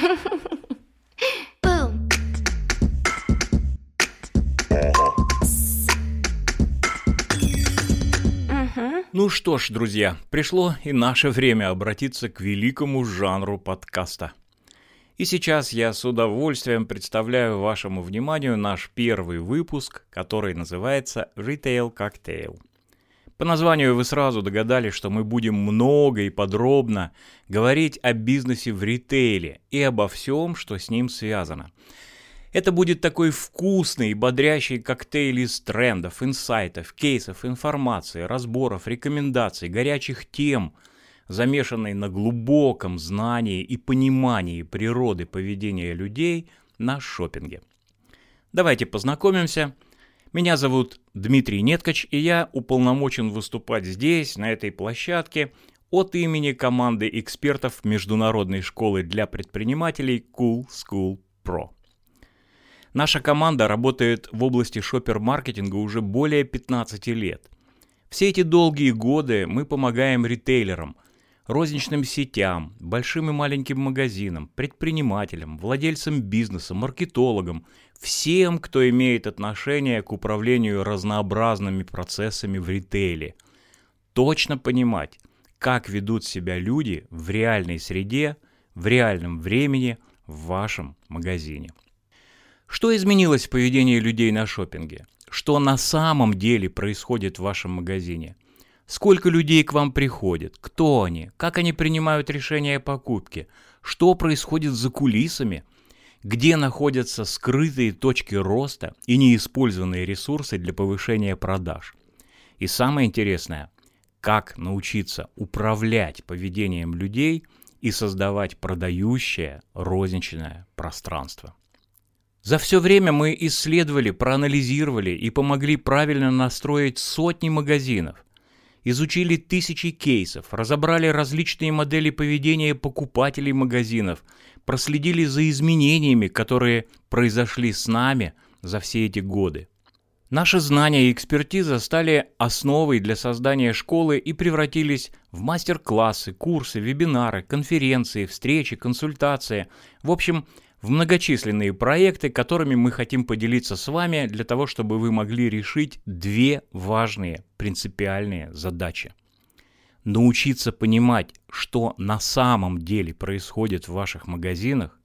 Boom. Ну что ж, друзья, пришло и наше время обратиться к великому жанру подкаста. И сейчас я с удовольствием представляю вашему вниманию наш первый выпуск, который называется Retail Cocktail. По названию вы сразу догадались, что мы будем много и подробно говорить о бизнесе в ритейле и обо всем, что с ним связано. Это будет такой вкусный и бодрящий коктейль из трендов, инсайтов, кейсов, информации, разборов, рекомендаций, горячих тем, замешанный на глубоком знании и понимании природы поведения людей на шопинге. Давайте познакомимся. Меня зовут Дмитрий Неткач, и я уполномочен выступать здесь, на этой площадке, от имени команды экспертов Международной школы для предпринимателей Cool School Pro. Наша команда работает в области шоппер-маркетинга уже более 15 лет. Все эти долгие годы мы помогаем ритейлерам, розничным сетям, большим и маленьким магазинам, предпринимателям, владельцам бизнеса, маркетологам, всем, кто имеет отношение к управлению разнообразными процессами в ритейле. Точно понимать, как ведут себя люди в реальной среде, в реальном времени, в вашем магазине. Что изменилось в поведении людей на шопинге? Что на самом деле происходит в вашем магазине? Сколько людей к вам приходит? Кто они? Как они принимают решения о покупке? Что происходит за кулисами? Где находятся скрытые точки роста и неиспользованные ресурсы для повышения продаж? И самое интересное, как научиться управлять поведением людей и создавать продающее розничное пространство. За все время мы исследовали, проанализировали и помогли правильно настроить сотни магазинов, изучили тысячи кейсов, разобрали различные модели поведения покупателей магазинов, проследили за изменениями, которые произошли с нами за все эти годы. Наши знания и экспертиза стали основой для создания школы и превратились в мастер-классы, курсы, вебинары, конференции, встречи, консультации. В общем, в многочисленные проекты, которыми мы хотим поделиться с вами для того, чтобы вы могли решить две важные принципиальные задачи. Научиться понимать, что на самом деле происходит в ваших магазинах,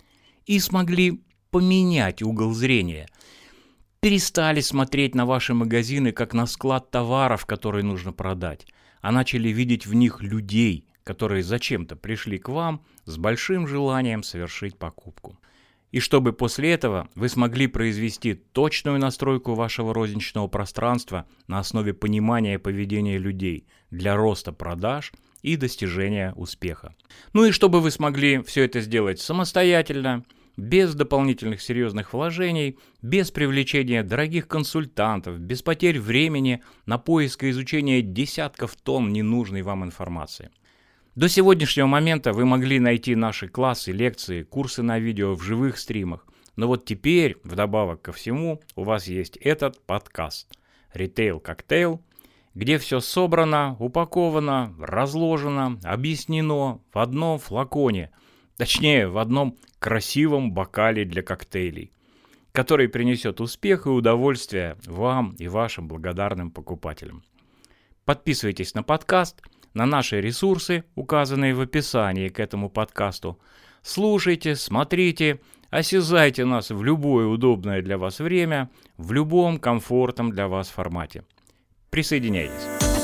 и смогли поменять угол зрения. Перестали смотреть на ваши магазины как на склад товаров, которые нужно продать, а начали видеть в них людей, которые зачем-то пришли к вам с большим желанием совершить покупку. И чтобы после этого вы смогли произвести точную настройку вашего розничного пространства на основе понимания поведения людей для роста продаж и достижения успеха. Ну и чтобы вы смогли все это сделать самостоятельно, без дополнительных серьезных вложений, без привлечения дорогих консультантов, без потерь времени на поиск и изучение десятков тонн ненужной вам информации. До сегодняшнего момента вы могли найти наши классы, лекции, курсы на видео в живых стримах. Но вот теперь, вдобавок ко всему, у вас есть этот подкаст Retail Cocktail, где все собрано, упаковано, разложено, объяснено в одном флаконе, точнее, в одном красивом бокале для коктейлей, который принесет успех и удовольствие вам и вашим благодарным покупателям. Подписывайтесь на подкаст, на наши ресурсы, указанные в описании к этому подкасту. Слушайте, смотрите, осязайте нас в любое удобное для вас время, в любом комфортном для вас формате. Присоединяйтесь.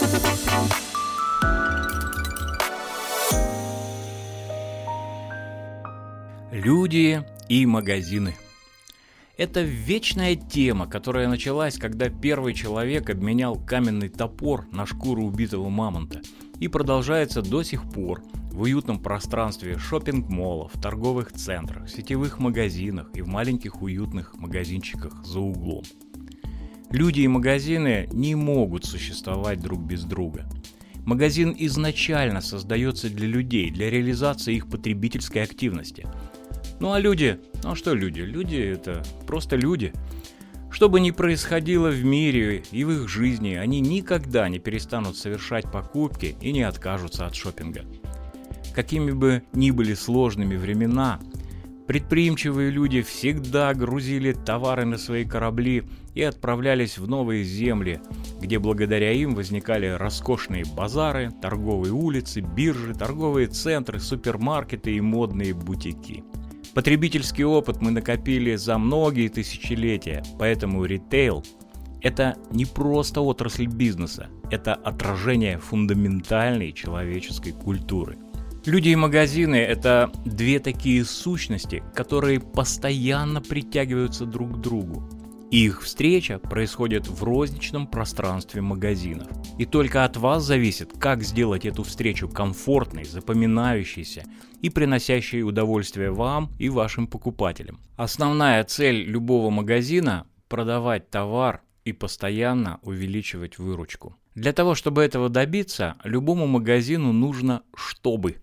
Люди и магазины. Это вечная тема, которая началась, когда первый человек обменял каменный топор на шкуру убитого мамонта, и продолжается до сих пор в уютном пространстве шоппинг-моллов, торговых центрах, сетевых магазинах и в маленьких уютных магазинчиках за углом. Люди и магазины не могут существовать друг без друга. Магазин изначально создается для людей, для реализации их потребительской активности. Ну а люди, что люди? Люди – это просто люди. Что бы ни происходило в мире и в их жизни, они никогда не перестанут совершать покупки и не откажутся от шопинга. Какими бы ни были сложными времена, Предприимчивые люди всегда грузили товары на свои корабли и отправлялись в новые земли, где благодаря им возникали роскошные базары, торговые улицы, биржи, торговые центры, супермаркеты и модные бутики. Потребительский опыт мы накопили за многие тысячелетия, поэтому ритейл – это не просто отрасль бизнеса, это отражение фундаментальной человеческой культуры. Люди и магазины – это две такие сущности, которые постоянно притягиваются друг к другу. Их встреча происходит в розничном пространстве магазинов. И только от вас зависит, как сделать эту встречу комфортной, запоминающейся и приносящей удовольствие вам и вашим покупателям. Основная цель любого магазина – продавать товар и постоянно увеличивать выручку. Для того, чтобы этого добиться, любому магазину нужно чтобы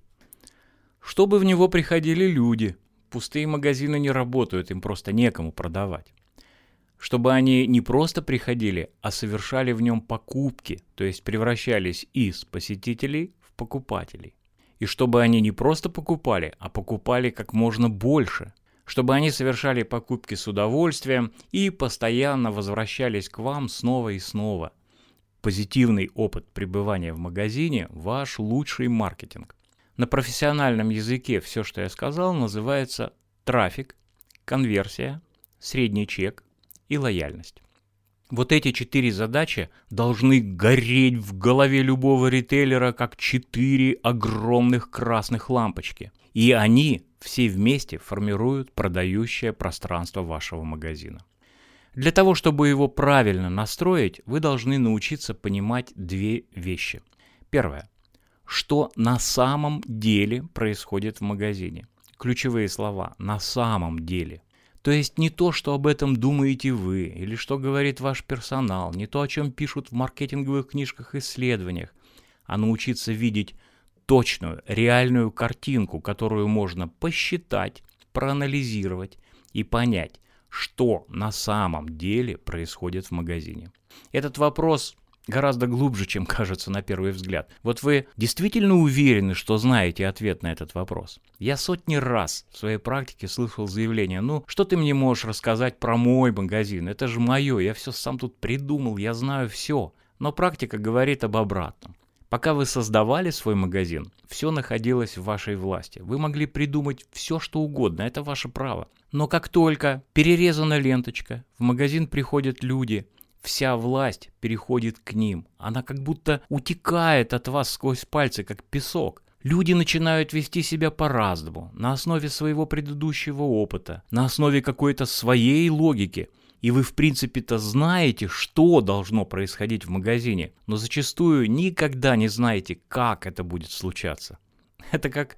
в него приходили люди. Пустые магазины не работают, им просто некому продавать. Чтобы они не просто приходили, а совершали в нем покупки, то есть превращались из посетителей в покупателей. И чтобы они не просто покупали, а покупали как можно больше. Чтобы они совершали покупки с удовольствием и постоянно возвращались к вам снова и снова. Позитивный опыт пребывания в магазине – ваш лучший маркетинг. На профессиональном языке все, что я сказал, называется трафик, конверсия, средний чек и лояльность. Вот эти 4 задачи должны гореть в голове любого ритейлера, как 4 огромных красных лампочки. И они все вместе формируют продающее пространство вашего магазина. Для того, чтобы его правильно настроить, вы должны научиться понимать 2 вещи. Первое. Что на самом деле происходит в магазине. Ключевые слова «на самом деле». То есть не то, что об этом думаете вы, или что говорит ваш персонал, не то, о чем пишут в маркетинговых книжках и исследованиях, а научиться видеть точную, реальную картинку, которую можно посчитать, проанализировать и понять, что на самом деле происходит в магазине. Этот вопрос гораздо глубже, чем кажется на первый взгляд. Вот вы действительно уверены, что знаете ответ на этот вопрос? Я сотни раз в своей практике слышал заявление: ну, что ты мне можешь рассказать про мой магазин? Это же мое, я все сам тут придумал, я знаю все. Но практика говорит об обратном. Пока вы создавали свой магазин, все находилось в вашей власти. Вы могли придумать все, что угодно, это ваше право. Но как только перерезана ленточка, в магазин приходят люди, вся власть переходит к ним. Она как будто утекает от вас сквозь пальцы, как песок. Люди начинают вести себя по-разному, на основе своего предыдущего опыта, на основе какой-то своей логики. И вы в принципе-то знаете, что должно происходить в магазине, но зачастую никогда не знаете, как это будет случаться. Это как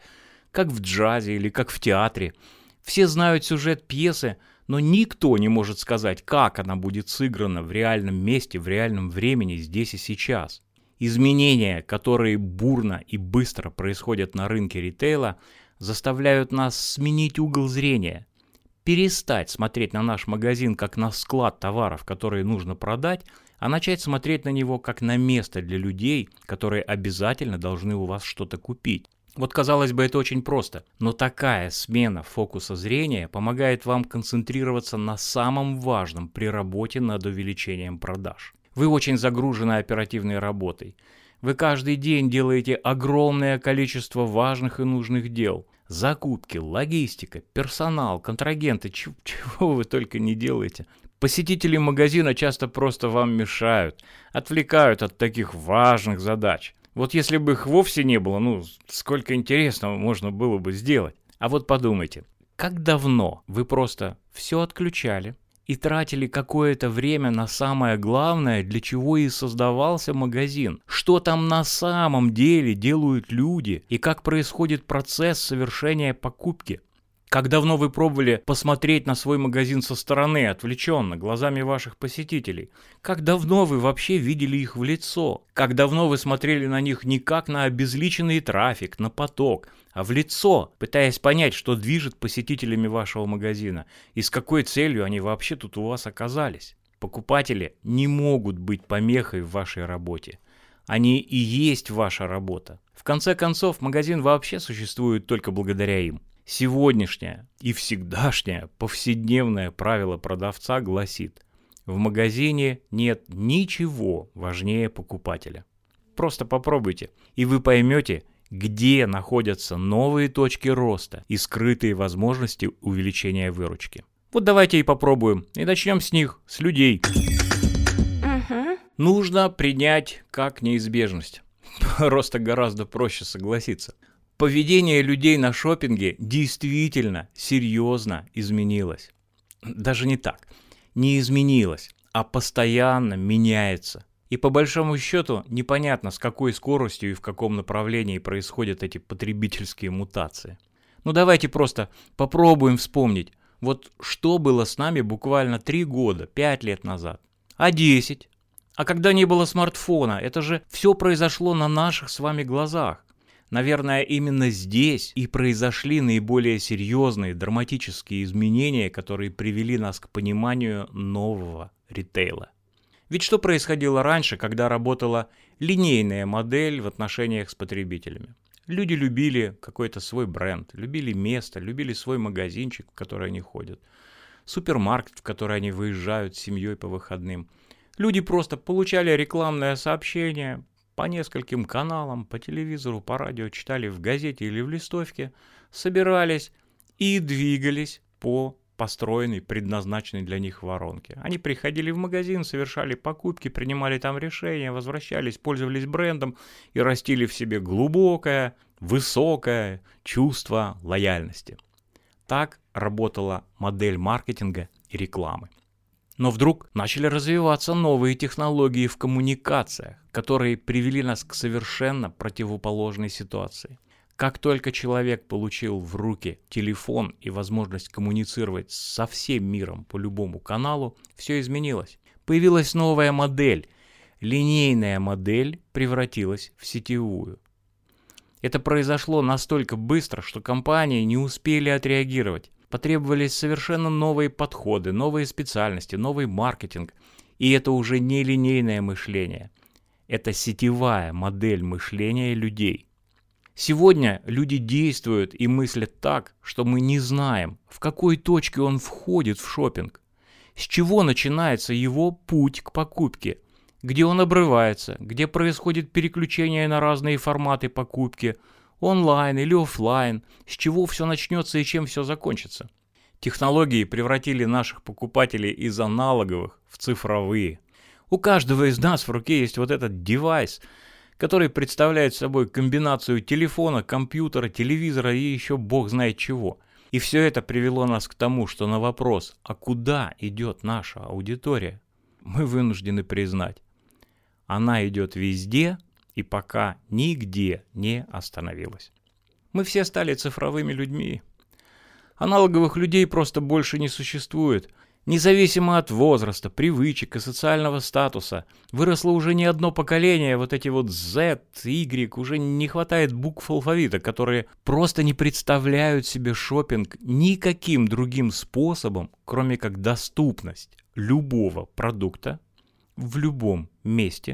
в джазе или как в театре. Все знают сюжет пьесы, но никто не может сказать, как она будет сыграна в реальном месте, в реальном времени, здесь и сейчас. Изменения, которые бурно и быстро происходят на рынке ритейла, заставляют нас сменить угол зрения, перестать смотреть на наш магазин как на склад товаров, которые нужно продать, а начать смотреть на него как на место для людей, которые обязательно должны у вас что-то купить. Вот, казалось бы, это очень просто, но такая смена фокуса зрения помогает вам концентрироваться на самом важном при работе над увеличением продаж. Вы очень загружены оперативной работой. Вы каждый день делаете огромное количество важных и нужных дел. Закупки, логистика, персонал, контрагенты, чего вы только не делаете. Посетители магазина часто просто вам мешают, отвлекают от таких важных задач. Вот если бы их вовсе не было, сколько интересного можно было бы сделать. А вот подумайте, как давно вы просто все отключали и тратили какое-то время на самое главное, для чего и создавался магазин? Что там на самом деле делают люди и как происходит процесс совершения покупки? Как давно вы пробовали посмотреть на свой магазин со стороны, отвлеченно, глазами ваших посетителей? Как давно вы вообще видели их в лицо? Как давно вы смотрели на них не как на обезличенный трафик, на поток, а в лицо, пытаясь понять, что движет посетителями вашего магазина и с какой целью они вообще тут у вас оказались? Покупатели не могут быть помехой в вашей работе. Они и есть ваша работа. В конце концов, магазин вообще существует только благодаря им. Сегодняшнее и всегдашнее повседневное правило продавца гласит: в магазине нет ничего важнее покупателя. Просто попробуйте, и вы поймете, где находятся новые точки роста и скрытые возможности увеличения выручки. Вот давайте и попробуем, и начнем с них, с людей. Нужно принять как неизбежность. Просто гораздо проще согласиться. Поведение людей на шопинге действительно серьезно изменилось. Даже не так. Не изменилось, а постоянно меняется. И по большому счету непонятно, с какой скоростью и в каком направлении происходят эти потребительские мутации. Ну давайте просто попробуем вспомнить, вот что было с нами буквально 3 года, 5 лет назад, а 10. А когда не было смартфона, это же все произошло на наших с вами глазах. Наверное, именно здесь и произошли наиболее серьезные драматические изменения, которые привели нас к пониманию нового ритейла. Ведь что происходило раньше, когда работала линейная модель в отношениях с потребителями? Люди любили какой-то свой бренд, любили место, любили свой магазинчик, в который они ходят, супермаркет, в который они выезжают с семьей по выходным. Люди просто получали рекламное сообщение по нескольким каналам, по телевизору, по радио, читали в газете или в листовке, собирались и двигались по построенной, предназначенной для них воронке. Они приходили в магазин, совершали покупки, принимали там решения, возвращались, пользовались брендом и растили в себе глубокое, высокое чувство лояльности. Так работала модель маркетинга и рекламы. Но вдруг начали развиваться новые технологии в коммуникациях, которые привели нас к совершенно противоположной ситуации. Как только человек получил в руки телефон и возможность коммуницировать со всем миром по любому каналу, все изменилось. Появилась новая модель. Линейная модель превратилась в сетевую. Это произошло настолько быстро, что компании не успели отреагировать. Потребовались совершенно новые подходы, новые специальности, новый маркетинг. И это уже не линейное мышление. Это сетевая модель мышления людей. Сегодня люди действуют и мыслят так, что мы не знаем, в какой точке он входит в шопинг, с чего начинается его путь к покупке, где он обрывается, где происходит переключение на разные форматы покупки, онлайн или офлайн, с чего все начнется и чем все закончится. Технологии превратили наших покупателей из аналоговых в цифровые. У каждого из нас в руке есть вот этот девайс, который представляет собой комбинацию телефона, компьютера, телевизора и еще бог знает чего. И все это привело нас к тому, что на вопрос, а куда идет наша аудитория, мы вынуждены признать, она идет везде и пока нигде не остановилась. Мы все стали цифровыми людьми. Аналоговых людей просто больше не существует. Независимо от возраста, привычек и социального статуса, выросло уже не одно поколение, вот эти вот Z, Y, уже не хватает букв алфавита, которые просто не представляют себе шопинг никаким другим способом, кроме как доступность любого продукта в любом месте,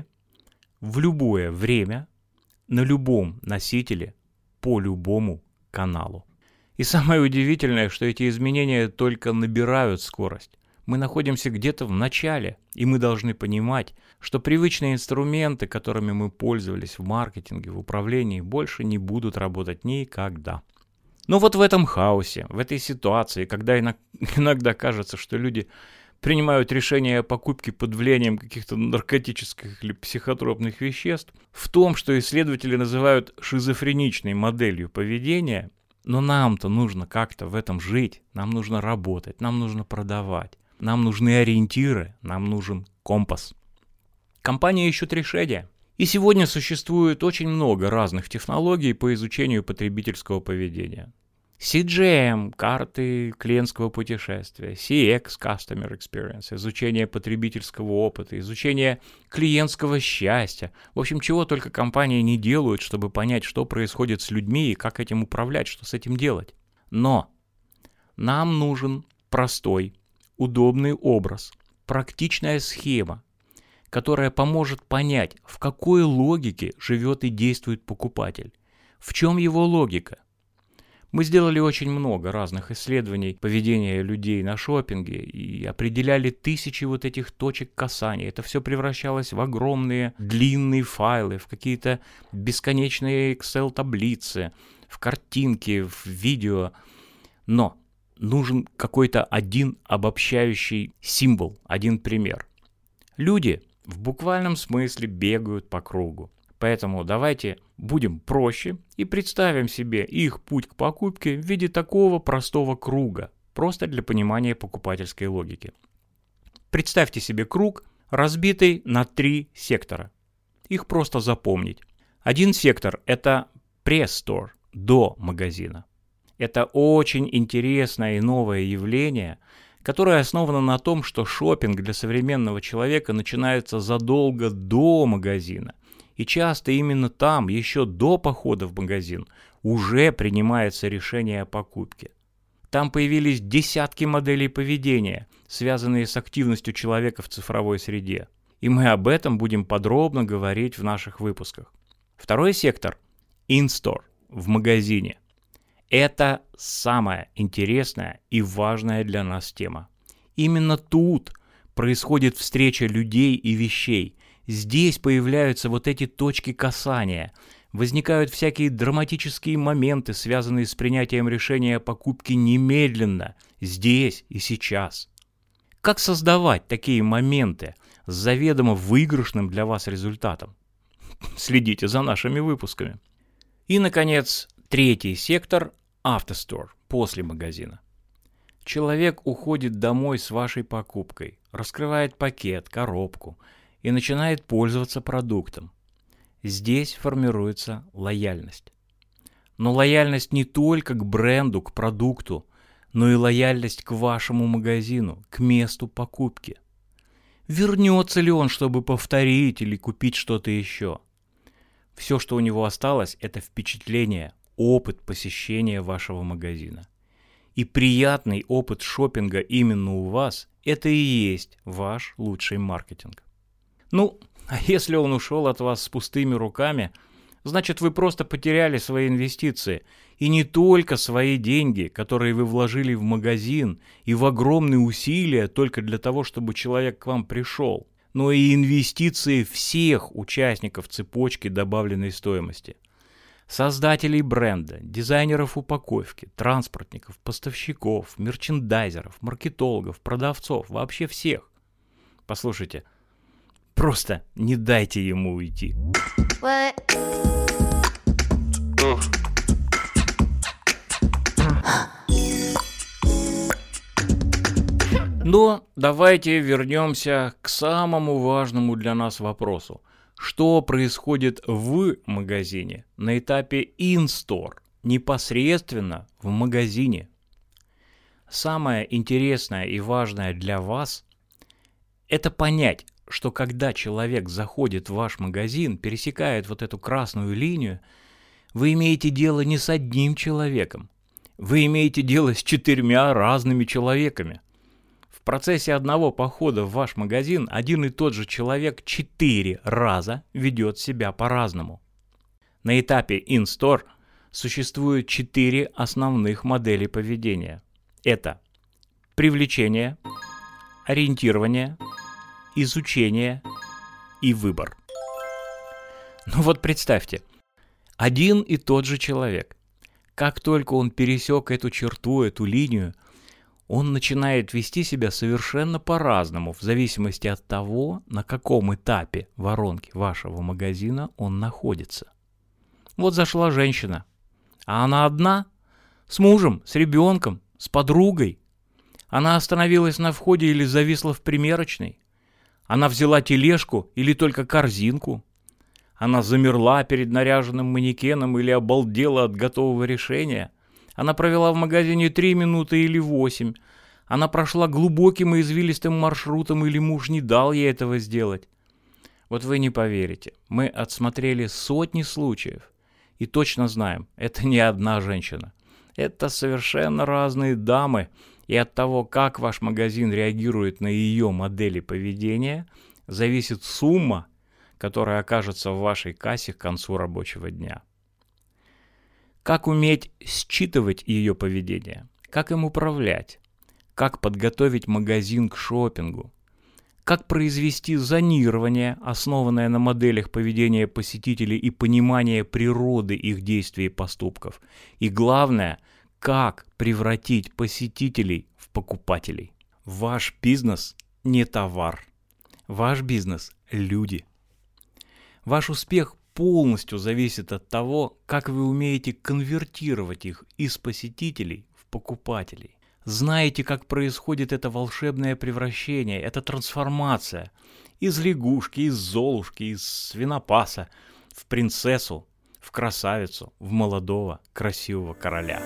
в любое время, на любом носителе, по любому каналу. И самое удивительное, что эти изменения только набирают скорость. Мы находимся где-то в начале, и мы должны понимать, что привычные инструменты, которыми мы пользовались в маркетинге, в управлении, больше не будут работать никогда. Но вот в этом хаосе, в этой ситуации, когда иногда кажется, что люди принимают решения о покупке под влиянием каких-то наркотических или психотропных веществ, в том, что исследователи называют шизофреничной моделью поведения, но нам-то нужно как-то в этом жить, нам нужно работать, нам нужно продавать, нам нужны ориентиры, нам нужен компас. Компании ищут решения. И сегодня существует очень много разных технологий по изучению потребительского поведения. CGM, карты клиентского путешествия, CX, Customer Experience, изучение потребительского опыта, изучение клиентского счастья. В общем, чего только компании не делают, чтобы понять, что происходит с людьми и как этим управлять, что с этим делать. Но нам нужен простой, удобный образ, практичная схема, которая поможет понять, в какой логике живет и действует покупатель, в чем его логика. Мы сделали очень много разных исследований поведения людей на шопинге и определяли тысячи вот этих точек касания. Это все превращалось в огромные длинные файлы, в какие-то бесконечные Excel-таблицы, в картинки, в видео. Но нужен какой-то один обобщающий символ, один пример. Люди в буквальном смысле бегают по кругу. Поэтому давайте будем проще и представим себе их путь к покупке в виде такого простого круга, просто для понимания покупательской логики. Представьте себе круг, разбитый на 3 сектора. Их просто запомнить. Один сектор – это пресс-стор, до магазина. Это очень интересное и новое явление, которое основано на том, что шопинг для современного человека начинается задолго до магазина. И часто именно там, еще до похода в магазин, уже принимается решение о покупке. Там появились десятки моделей поведения, связанные с активностью человека в цифровой среде. И мы об этом будем подробно говорить в наших выпусках. Второй сектор – in-store, в магазине. Это самая интересная и важная для нас тема. Именно тут происходит встреча людей и вещей. Здесь появляются вот эти точки касания. Возникают всякие драматические моменты, связанные с принятием решения о покупке немедленно, здесь и сейчас. Как создавать такие моменты с заведомо выигрышным для вас результатом? Следите за нашими выпусками. И, наконец, третий сектор – автостор, после магазина. Человек уходит домой с вашей покупкой, раскрывает пакет, коробку и начинает пользоваться продуктом. Здесь формируется лояльность. Но лояльность не только к бренду, к продукту, но и лояльность к вашему магазину, к месту покупки. Вернется ли он, чтобы повторить или купить что-то еще? Все, что у него осталось, это впечатление, опыт посещения вашего магазина. И приятный опыт шопинга именно у вас – это и есть ваш лучший маркетинг. Ну, а если он ушел от вас с пустыми руками, значит, вы просто потеряли свои инвестиции. И не только свои деньги, которые вы вложили в магазин и в огромные усилия только для того, чтобы человек к вам пришел, но и инвестиции всех участников цепочки добавленной стоимости. Создателей бренда, дизайнеров упаковки, транспортников, поставщиков, мерчендайзеров, маркетологов, продавцов, вообще всех. Послушайте, просто не дайте ему уйти. Но давайте вернемся к самому важному для нас вопросу. Что происходит в магазине на этапе in-store, непосредственно в магазине? Самое интересное и важное для вас – это понять, что когда человек заходит в ваш магазин, пересекает вот эту красную линию, вы имеете дело не с одним человеком, вы имеете дело с 4 разными человеками. В процессе одного похода в ваш магазин один и тот же человек 4 раза ведет себя по-разному. На этапе in-store существует 4 основных модели поведения. Это привлечение, ориентирование, изучение и выбор. Ну вот представьте, один и тот же человек, как только он пересек эту черту, эту линию, он начинает вести себя совершенно по-разному, в зависимости от того, на каком этапе воронки вашего магазина он находится. Вот зашла женщина, а она одна, с мужем, с ребенком, с подругой. Она остановилась на входе или зависла в примерочной. Она взяла тележку или только корзинку. Она замерла перед наряженным манекеном или обалдела от готового решения. Она провела в магазине 3 минуты или 8. Она прошла глубоким и извилистым маршрутом, или муж не дал ей этого сделать. Вот вы не поверите, мы отсмотрели сотни случаев и точно знаем, это не одна женщина. Это совершенно разные дамы, и от того, как ваш магазин реагирует на ее модели поведения, зависит сумма, которая окажется в вашей кассе к концу рабочего дня. Как уметь считывать ее поведение, как им управлять, как подготовить магазин к шопингу, как произвести зонирование, основанное на моделях поведения посетителей и понимания природы их действий и поступков. И главное, как превратить посетителей в покупателей. Ваш бизнес не товар. Ваш бизнес – люди. Ваш успех полностью зависит от того, как вы умеете конвертировать их из посетителей в покупателей. Знаете, как происходит это волшебное превращение, эта трансформация из лягушки, из золушки, из свинопаса в принцессу, в красавицу, в молодого, красивого короля.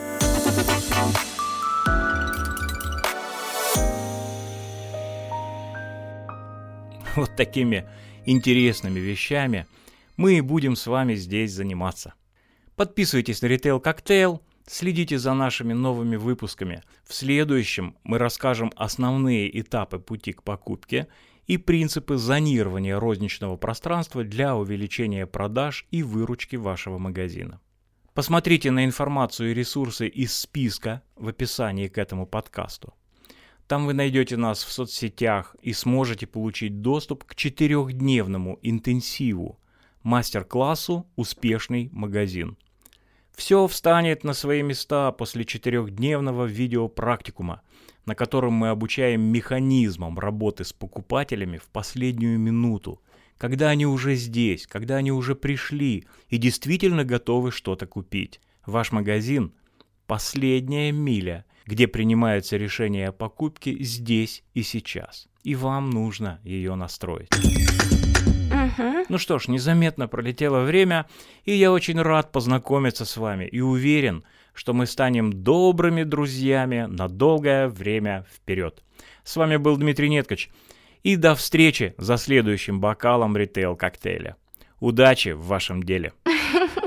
Вот такими интересными вещами мы и будем с вами здесь заниматься. Подписывайтесь на Retail Cocktail, следите за нашими новыми выпусками. В следующем мы расскажем основные этапы пути к покупке и принципы зонирования розничного пространства для увеличения продаж и выручки вашего магазина. Посмотрите на информацию и ресурсы из списка в описании к этому подкасту. Там вы найдете нас в соцсетях и сможете получить доступ к 4-дневному интенсиву, мастер-классу «Успешный магазин». Все встанет на свои места после 4-дневного видеопрактикума, на котором мы обучаем механизмам работы с покупателями в последнюю минуту, когда они уже здесь, когда они уже пришли и действительно готовы что-то купить. Ваш магазин – последняя миля, где принимается решение о покупке здесь и сейчас. И вам нужно ее настроить. Ну что ж, незаметно пролетело время, и я очень рад познакомиться с вами и уверен, что мы станем добрыми друзьями на долгое время вперед. С вами был Дмитрий Неткач, и до встречи за следующим бокалом ритейл-коктейля. Удачи в вашем деле!